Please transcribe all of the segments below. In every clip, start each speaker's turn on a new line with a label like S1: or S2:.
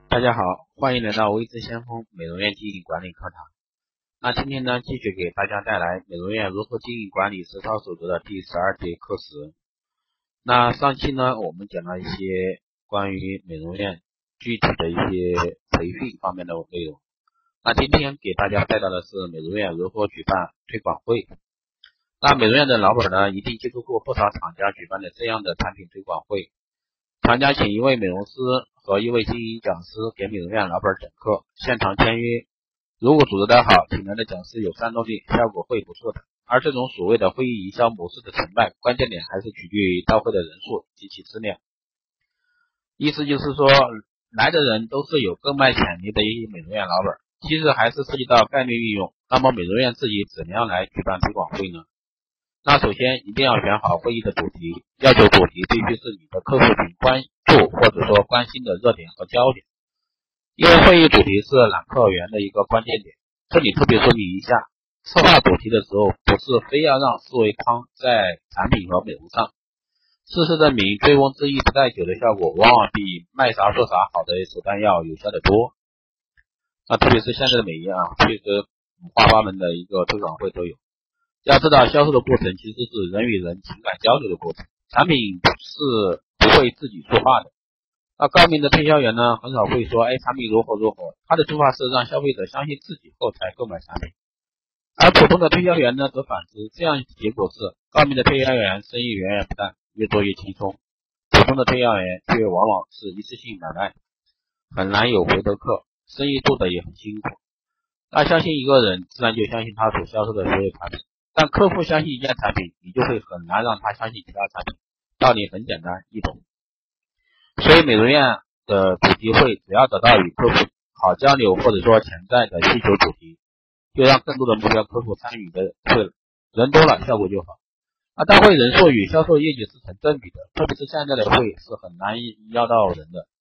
S1: 大家好，欢迎来到微知先锋美容院经营管理课堂。那今天呢，继续给大家带来美容院如何经营管理实操守则的第12节课时。那上期呢，我们讲了一些关于美容院具体的一些培训方面的内容。那今天给大家带到的是美容院如何举办推广会。那美容院的老板呢，一定接触过不少厂家举办的这样的产品推广会。厂家请一位美容师和一位经营讲师给美容院老板讲课，现场签约。如果组织得好，请来的讲师有战斗力，效果会不错的。而这种所谓的会议营销模式的成败，关键点还是取决于到会的人数及其质量。意思就是说，来的人都是有购买潜力的一些美容院老板，其实还是涉及到概率运用。那么美容院自己怎样来举办推广会呢？那首先一定要选好会议的主题，要求主题必须是你的客户群关注或者说关心的热点和焦点，因为会议主题是揽客源的一个关键点。这里特别说明一下，策划主题的时候不是非要让思维框在产品和美容上。事实证明，醉翁之意不在酒的效果往往比卖啥说啥好的手段要有效的多。那特别是现在的美业确实五花八门的一个推广会都有。要知道，销售的过程其实是人与人情感交流的过程，产品是不会自己说话的。那高明的推销员呢，很少会说产品如何如何，他的做法是让消费者相信自己后才购买产品。而普通的推销员呢则反之，这样结果是高明的推销员生意源源不断，越做越轻松，普通的推销员却往往是一次性买卖，很难有回头客，生意做得也很辛苦。那相信一个人，自然就相信他所销售的所有产品。但客户相信一件产品，你就会很难让他相信其他产品，道理很简单易懂。所以美容院的主题会只要找到与客户好交流或者说潜在的需求主题，就让更多的目标客户参与的会了，人多了效果就好。大会人数与销售业绩是成正比的，特别是现在的会是很难邀到人的。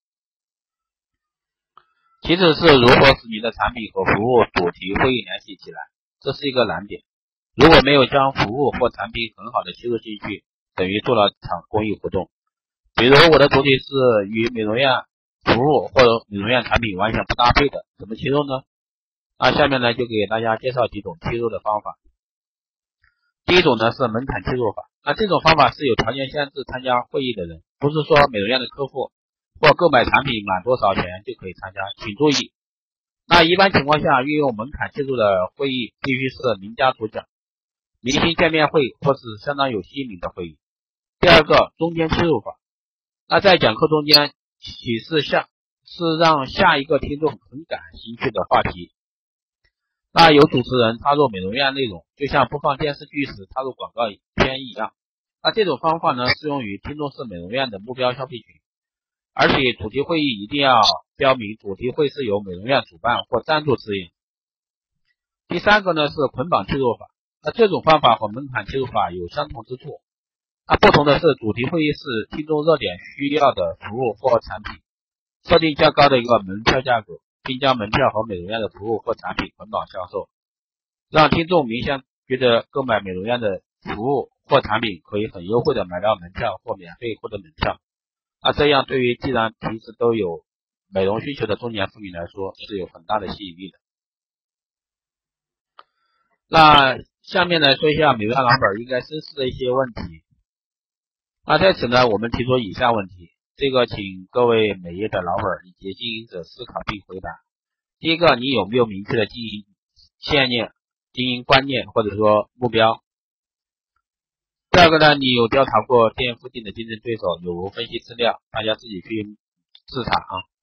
S1: 其次是如何使你的产品和服务主题会议联系起来，这是一个难点。如果没有将服务或产品很好的切入进去，等于做了场公益活动。比如我的主题是与美容院服务或者美容院产品完全不搭配的，怎么切入呢？下面呢就给大家介绍几种切入的方法。第一种呢是门槛切入法。这种方法是有条件限制参加会议的人，不是说美容院的客户或购买产品满多少钱就可以参加，请注意。一般情况下，运用门槛切入的会议必须是名家主讲、明星见面会或是相当有吸引力的会议。第二个，中间切入法。在讲课中间启示是让下一个听众很感兴趣的话题。有主持人插入美容院内容，就像播放电视剧时插入广告片一样。这种方法呢，适用于听众是美容院的目标消费群，而且主题会议一定要标明主题会是由美容院主办或赞助指引。第三个呢是捆绑切入法。这种方法和门槛切入法有相同之处。不同的是，主题会议是听众热点需要的服务或产品，设定较高的一个门票价格，并将门票和美容院的服务或产品捆绑销售，让听众明显觉得购买美容院的服务或产品可以很优惠的买到门票或免费获得门票。这样对于既然平时都有美容需求的中年妇女来说是有很大的吸引力的。下面来说一下美容院老板应该深思的一些问题。在此呢，我们提出以下问题，这个请各位美业的老板以及经营者思考并回答。第一个，你有没有明确的经营信念、经营观念或者说目标？第二个呢，你有调查过店附近的竞争对手，有无分析资料？大家自己去自查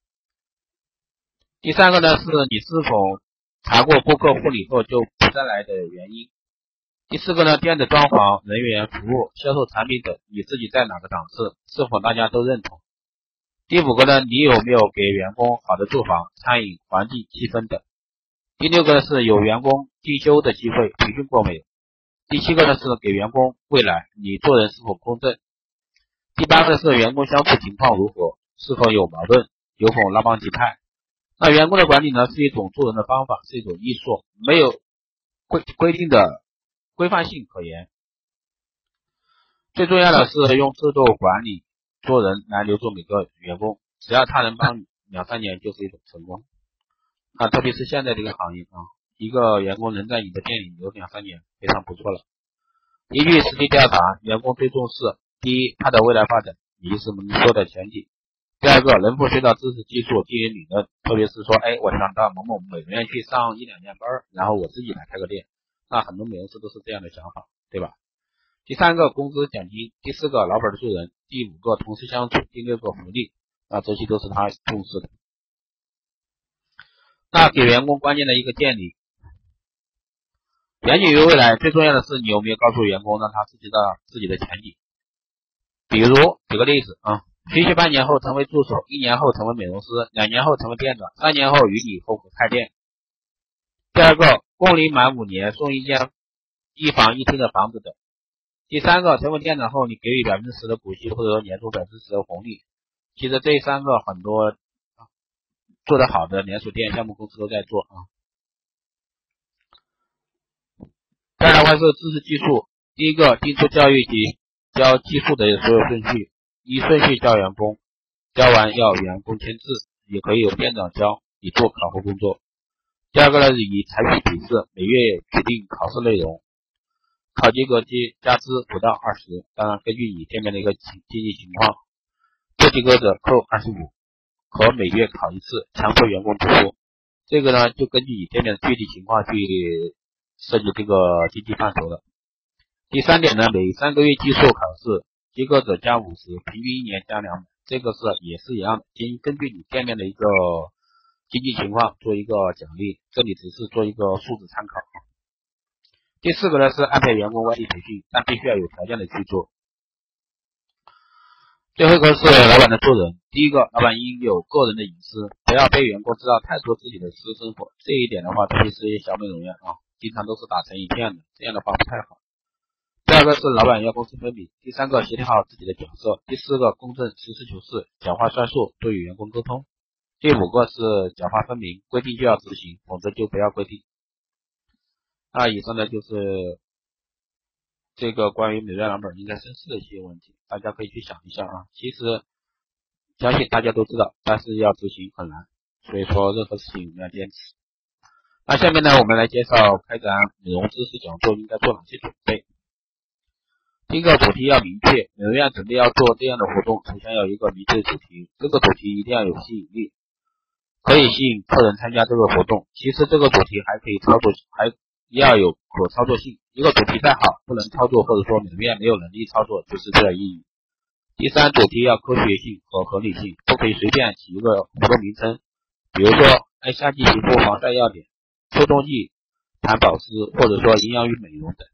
S1: 第三个呢，是你是否查过顾客护理后就不再来的原因？第四个呢，店的装潢、人员、服务、销售产品等，你自己在哪个档次？是否大家都认同？第五个呢，你有没有给员工好的住房、餐饮、环境、气氛等？第六个呢，是有员工进修的机会，培训过没有？第七个呢，是给员工未来你做人是否公正？第八个是员工相处情况如何？是否有矛盾？有否拉帮结派？员工的管理呢，是一种做人的方法，是一种艺术，没有规定的规范性可言。最重要的是用制度管理做人来留住每个员工，只要他能帮 2-3年就是一种成功啊，特别是现在这个行业啊，一个员工能在你的店里有2-3年，非常不错了。依据实际调查，员工最重视第一，他的未来发展，也就是我们说的前景；第二个，能否学到知识技术经营理论，特别是说，我想到某某美容院去上1-2年班，然后我自己来开个店，那很多美容师都是这样的想法，对吧？第三个，工资奖金；第四个，老板的做人；第五个，同事相处；第六个，福利。那这些都是他重视的。那给员工关键的一个建立，远景于未来，最重要的是你有没有告诉员工让他自己的前景。比如举个例子啊，学习半年后成为助手，1年后成为美容师，2年后成为店长，3年后与你合伙开店。第二个，工龄满5年送一间1房1厅的房子等。第三个，成为店长后你给予10%的股息，或者说年终10%的红利。其实这3个很多做得好的连锁店项目公司都在做啊。再来是知识技术，第一个，定出教育及教技术的所有顺序，依顺序教员工，教完要员工签字，也可以由店长教，以做考核工作。第二个呢，以采取笔试，每月决定考试内容，考及格加资不到20，当然根据你店面的一个经济情况，不及格者扣25，可每月考1次，强迫员工读书。这个呢，就根据你店面的具体情况去设计这个经济范畴的。第三点呢，每3个月计数考试，及格者加50，平均1年加200，这个也是一样的，根据你店面的一个经济情况做一个奖励，这里只是做一个数字参考。第四个呢是安排员工外地培训，但必须要有条件的去做。最后一个是老板的做人，第一个，老板应有个人的隐私，不要被员工知道太多自己的私生活，这一点的话，特别是一些小美容院啊，经常都是打成一片的，这样的话不太好。第二个是老板要公私分明，第三个协调好自己的角色，第四个公正实事求是，讲话算数，多与员工沟通。第五个是讲话分明，规定就要执行，否则就不要规定。那以上呢就是这个关于美容院老板应该深思的一些问题，大家可以去想一下啊。其实相信大家都知道，但是要执行很难，所以说任何事情我们要坚持。那下面呢，我们来介绍开展美容知识讲座应该做哪些准备。第一个，主题要明确，美容院准备要做这样的活动，首先要有一个明确的主题，这个主题一定要有吸引力，可以吸引客人参加这个活动。其实这个主题还可以操作，还要有可操作性，一个主题再好不能操作，或者说美容院没有能力操作，就是这意义。第三，主题要科学性和合理性，不可以随便起一个活动名称，比如说夏季皮肤防晒要点，秋冬季谈保湿，或者说营养与美容等。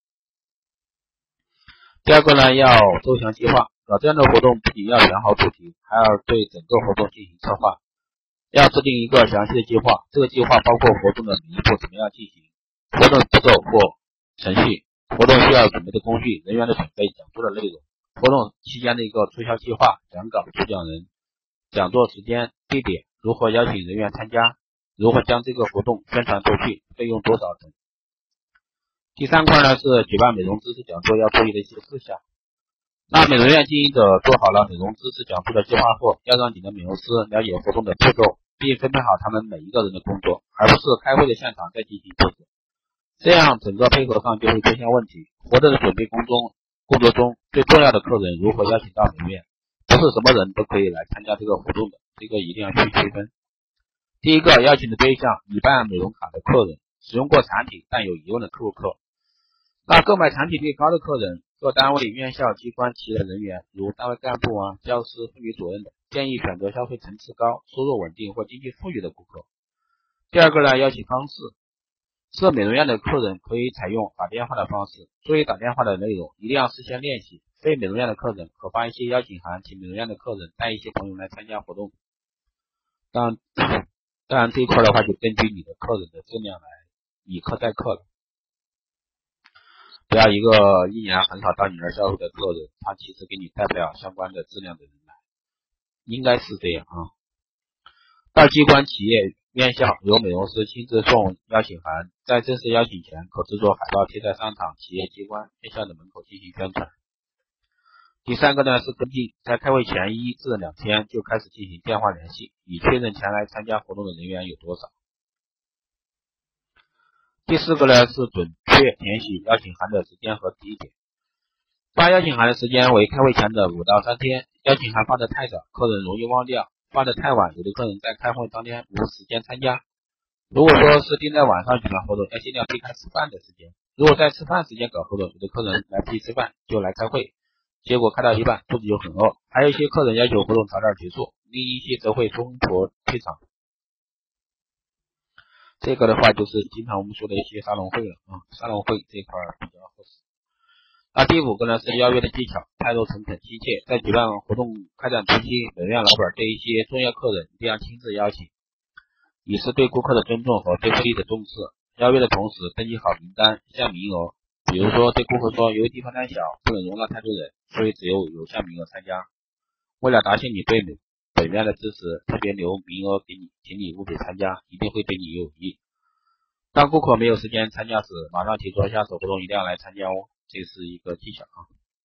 S1: 第二个呢，要周详计划，搞这样的活动不仅要选好主题，还要对整个活动进行策划，要制定一个详细的计划，这个计划包括活动的每一步怎么样进行，活动步骤或程序，活动需要准备的工具，人员的准备，讲座的内容，活动期间的一个促销计划，讲稿、主讲人、讲座时间、地点，如何邀请人员参加，如何将这个活动宣传出去，费用多少等。第三块呢是举办美容知识讲座要注意的一些事项。那美容院经营者做好了美容知识讲座的计划后，要让你的美容师了解活动的步骤，并分配好他们每一个人的工作，而不是开会的现场再进行布置，这样整个配合上就会出现问题。活动的准备工作中最重要的客人如何邀请到美容院，不是什么人都可以来参加这个活动的，这个一定要去区分。第一个，邀请的对象，已办美容卡的客人，使用过产品但有疑问的顾客。那购买产品率高的客人，各单位、院校、机关、企业的人员，如单位干部教师、妇女主任等，建议选择消费层次高、收入稳定或经济富裕的顾客。第二个呢，邀请方式，是美容院的客人可以采用打电话的方式，注意打电话的内容一定要事先练习。非美容院的客人可发一些邀请函，请美容院的客人带一些朋友来参加活动。当然这一块的话，就根据你的客人的质量来以客待客了。不要一个一年很少到你那儿消费的客人，他其实给你带不了相关的质量的人来，应该是这样啊。到机关、企业、院校由美容师亲自送邀请函，在正式邀请前可制作海报贴在商场、企业机关、院校的门口进行宣传。 第三个呢是跟进，在开会前1至2天就开始进行电话联系，以确认前来参加活动的人员有多少。第四个呢是准确填写邀请函的时间和地点。发邀请函的时间为开会前的5到3天，邀请函发的太早，客人容易忘掉；发的太晚，有的客人在开会当天无时间参加。如果说是定在晚上举办活动，要尽量避开吃饭的时间。如果在吃饭时间搞活动，有的客人来不及吃饭就来开会，结果开到一半肚子就很饿。还有一些客人要求活动早点结束，另一些则会中途退场。这个的话就是经常我们说的一些沙龙会了沙龙会这块比较合适。那第5个呢是邀约的技巧，态度诚恳亲切。在举办活动开展初期，美容院老板对一些重要客人一定要亲自邀请，以示对顾客的尊重和对会议的重视。邀约的同时登记好名单、项名额，比如说对顾客说，由于地方太小，不能容纳太多人，所以只有项名额参加。为了答谢你对本院的支持，特别留名额给你，请你务必参加，一定会对你有益。当顾客没有时间参加时，马上提出下次活动一定要来参加哦，这是一个技巧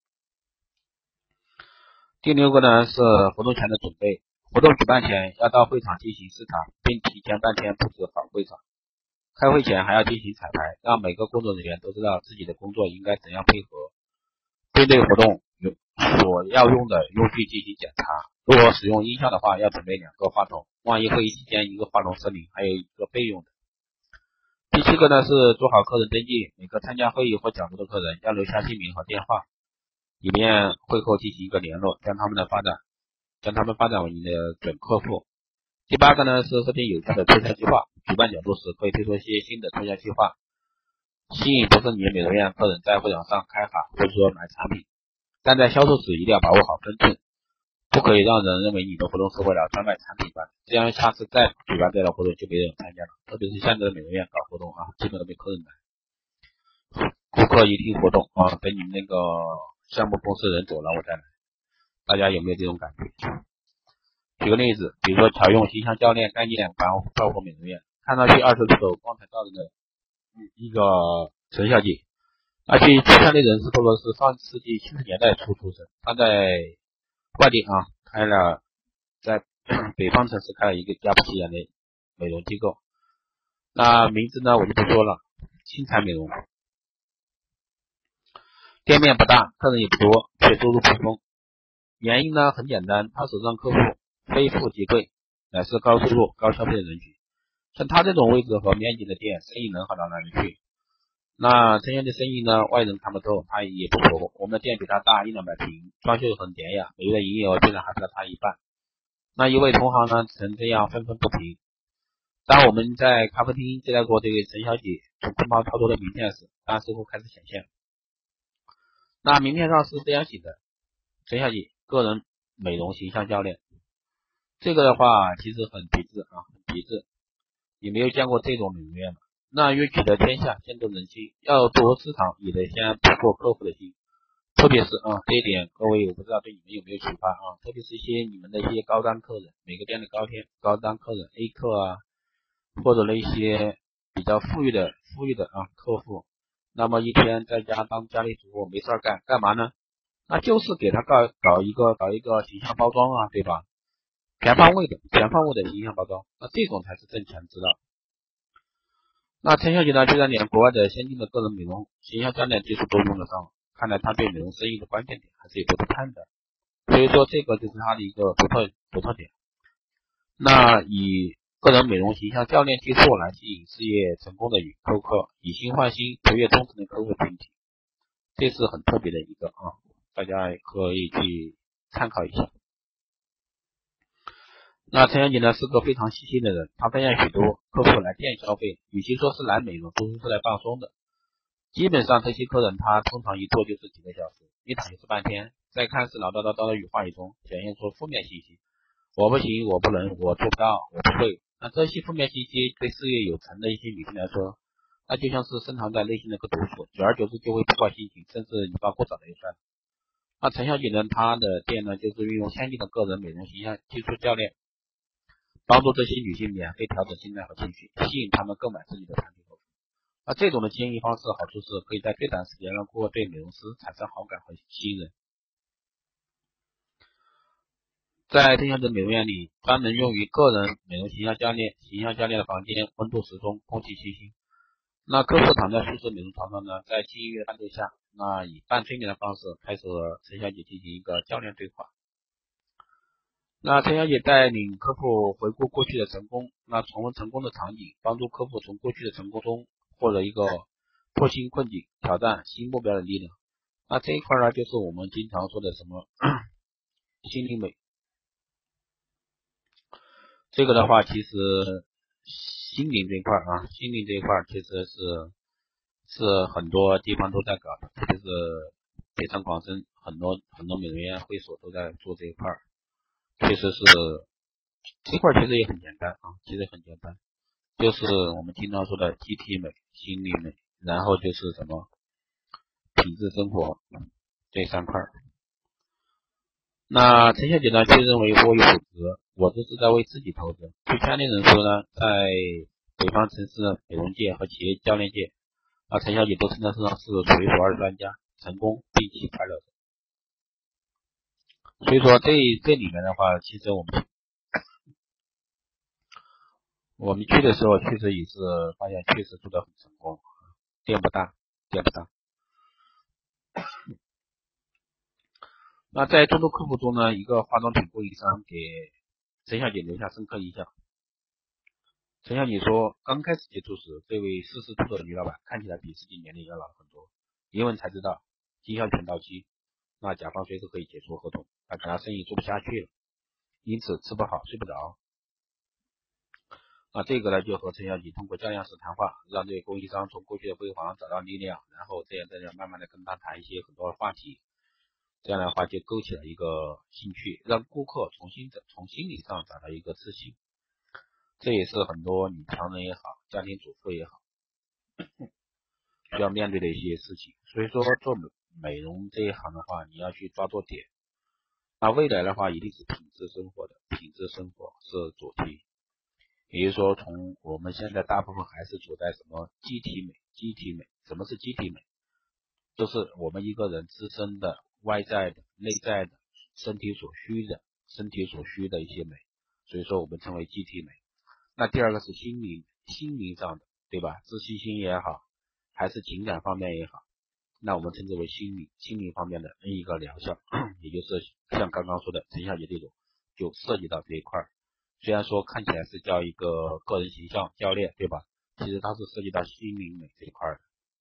S1: 第6个呢是活动前的准备。活动举办前要到会场进行视察，并提前半天布置好会场。开会前还要进行彩排，让每个工作人员都知道自己的工作应该怎样配合。针对活动所要用的用具进行检查。如果使用音效的话，要准备2个话筒，万一会议期间一个话筒失灵，还有一个备用的。第7个呢是做好客人登记，每个参加会议或讲座的客人要留下姓名和电话，以便会后进行一个联络，将他们发展为你的准客户。第8个呢是制定有效的推销计划，举办讲座时可以推出一些新的推销计划，吸引不是你美容院客人在会场上开卡或者说买产品，但在销售时一定要把握好分寸，不可以让人认为你的活动是为了专卖产品办，这样下次再举办这样的活动就没人参加了。特别是现在的美容院搞活动基本都没客人来，顾客一听活动等你们那个项目公司人走了我再来，大家有没有这种感觉？举个例子，比如说巧用形象教练概念爆火美容院，看到去20出头光彩照人的一个陈小姐，据介绍的人士透露是上世纪70年代初出生，她在外地开了在北方城市开了一个家不起眼的美容机构，那名字呢我就不说了，新彩美容。店面不大，客人也不多，却收入不丰。原因呢很简单，他手上客户非富即贵，乃是高收入高消费的人群。像他这种位置和面积的店，生意能好到哪里去？那陈先的生意呢，外人看不透，他也不熟。我们的店比他大100-200平，装修很典雅，每月营业额居然还不到他一半。那一位同行呢，曾这样愤愤不平。当我们在咖啡厅接待过这位陈小姐从空包超多的名片时，当时会开始显现。那名片上是这样写的：陈小姐，个人美容形象教练。这个的话其实很别致很别致。也没有见过这种美容院。那欲取得天下，先得人心，要夺市场，也得先捕获客户的心。特别是这一点，各位我不知道对你们有没有启发特别是一些你们的一些高端客人，每个店的高端客人 A 客或者那一些比较富裕的客户，那么一天在家当家里主妇没事干嘛呢？那就是给他搞一个形象包装对吧？全方位的形象包装，那这种才是挣钱之道。那陈小姐呢，居然连国外的先进的个人美容形象教练技术都用得上，看来她对美容生意的关键点还是有独特看的。所以说这个就是她的一个独特点。那以个人美容形象教练技术来吸引事业成功的顾客，以新换新，不越忠诚的客户群体，这是很特别的一个大家可以去参考一下。那陈小姐呢是个非常细心的人，她发现许多客户来店消费，与其说是来美容，不如是来放松的。基本上这些客人他通常一坐就是几个小时，一躺就是半天，在看似唠叨的语话语中显现出负面信息，我不行，我不能，我做不到，我不会。那这些负面信息对事业有成的一些女性来说，那就像是深藏在内心的一个毒素，久而久之就会破坏心情，甚至引发过早的一算。那陈小姐呢，她的店呢就是运用先进的个人美容形象技术教练，帮助这些女性免费调整心态和情绪，吸引她们购买自己的产品。那这种的经营方式好处是可以在最短时间让顾客对美容师产生好感和信任。 在天下的美容院里，专门用于个人美容形象教练的房间，温度适中，空气清新。那客户躺在舒适美容床上呢，在轻音乐伴奏下，那以半催眠的方式开始和陈小姐进行一个教练对话。那陈小姐带领客户回顾过去的成功，那重温成功的场景，帮助客户从过去的成功中获得一个破新困境、挑战新目标的力量。那这一块呢，就是我们经常说的什么心灵美。这个的话，其实心灵这一块其实是很多地方都在搞的，特别是北上广深很多美容院会所都在做这一块，确实是这块其实也很简单啊，其实很简单，就是我们经常说的机体美、心灵美，然后就是什么品质生活这三块。那陈小姐呢，却认为我有补值，我这是在为自己投资。据圈内人说呢，在北方城市美容界和企业教练界，陈小姐都称得上是数一数二的专家，成功并且快乐。所以说这里面的话，其实我们去的时候，确实也是发现确实做得很成功，店不大。那在众多客户中呢，一个化妆品供应商给陈小姐留下深刻印象。陈小姐说，刚开始接触时，这位40出头的女老板看起来比自己年龄要老很多。一问才知道，经销权到期，那甲方随时可以解除合同，可能生意做不下去了，因此吃不好睡不着。这个呢，就和陈小姐通过教练式谈话，让这位供应商从过去的辉煌找到力量，然后这样慢慢的跟他谈一些很多的话题，这样的话就勾起了一个兴趣，让顾客从心理上找到一个自信。这也是很多女强人也好，家庭主妇也好需要面对的一些事情。所以说做美容这一行的话，你要去抓住点。那未来的话一定是品质生活是主题。也就是说，从我们现在大部分还是处在什么机体美。什么是机体美？就是我们一个人自身的外在的、内在的、身体所需的一些美，所以说我们称为机体美。那第二个是心灵上的，对吧？自信心也好，还是情感方面也好，那我们称之为心灵方面的一个疗效，也就是像刚刚说的陈小姐这种，就涉及到这一块。虽然说看起来是叫一个个人形象教练，对吧？其实它是涉及到心灵美这一块的。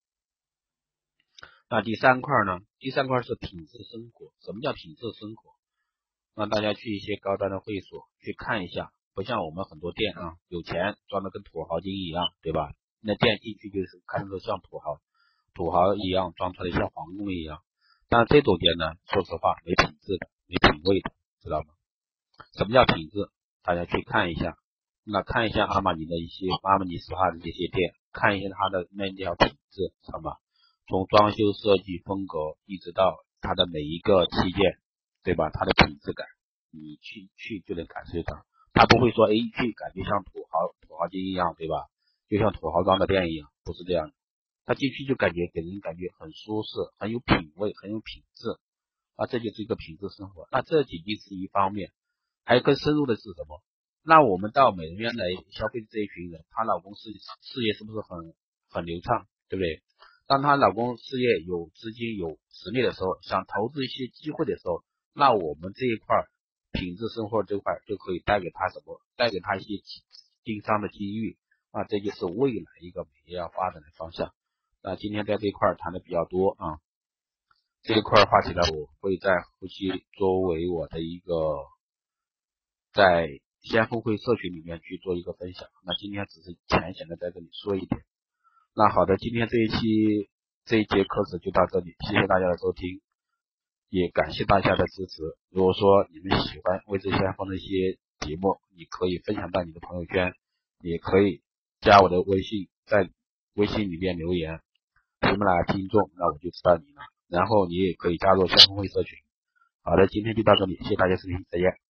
S1: 那第三块呢？第三块是品质生活。什么叫品质生活？让大家去一些高端的会所去看一下，不像我们很多店有钱装的跟土豪金一样，对吧？那店进去就是看着像土豪一样，装出来像皇宫一样。但这种店呢，说实话没品质的，没品味的，知道吗？什么叫品质？大家去看一下，那看一下阿玛尼实话的这些店，看一下它的那条品质，知道吗？从装修设计风格一直到它的每一个器件，对吧？它的品质感，你去就能感受到，它不会说一去感觉像土豪金一样，对吧？就像土豪装的店一样，不是这样的。他进去就给人感觉很舒适，很有品味，很有品质这就是一个品质生活。那这仅仅是一方面，还有更深入的是什么？那我们到美容院来消费的这一群人，她老公事业是不是很流畅，对不对？当她老公事业有资金有实力的时候，想投资一些机会的时候，那我们这一块品质生活这块就可以带给他什么？带给他一些经商的机遇这就是未来一个美业要发展的方向。那今天在这一块谈的比较多这一块话题呢，我会在后期作为我的一个在先锋会社群里面去做一个分享。那今天只是浅显的在这里说一点。那好的，今天这一节课程就到这里，谢谢大家的收听，也感谢大家的支持。如果说你们喜欢未知先锋的一些节目，你可以分享到你的朋友圈，也可以加我的微信，在微信里面留言喜马拉雅听众，那我就知道你了。然后你也可以加入先锋会社群。好的，今天就到这里，谢谢大家收听，再见。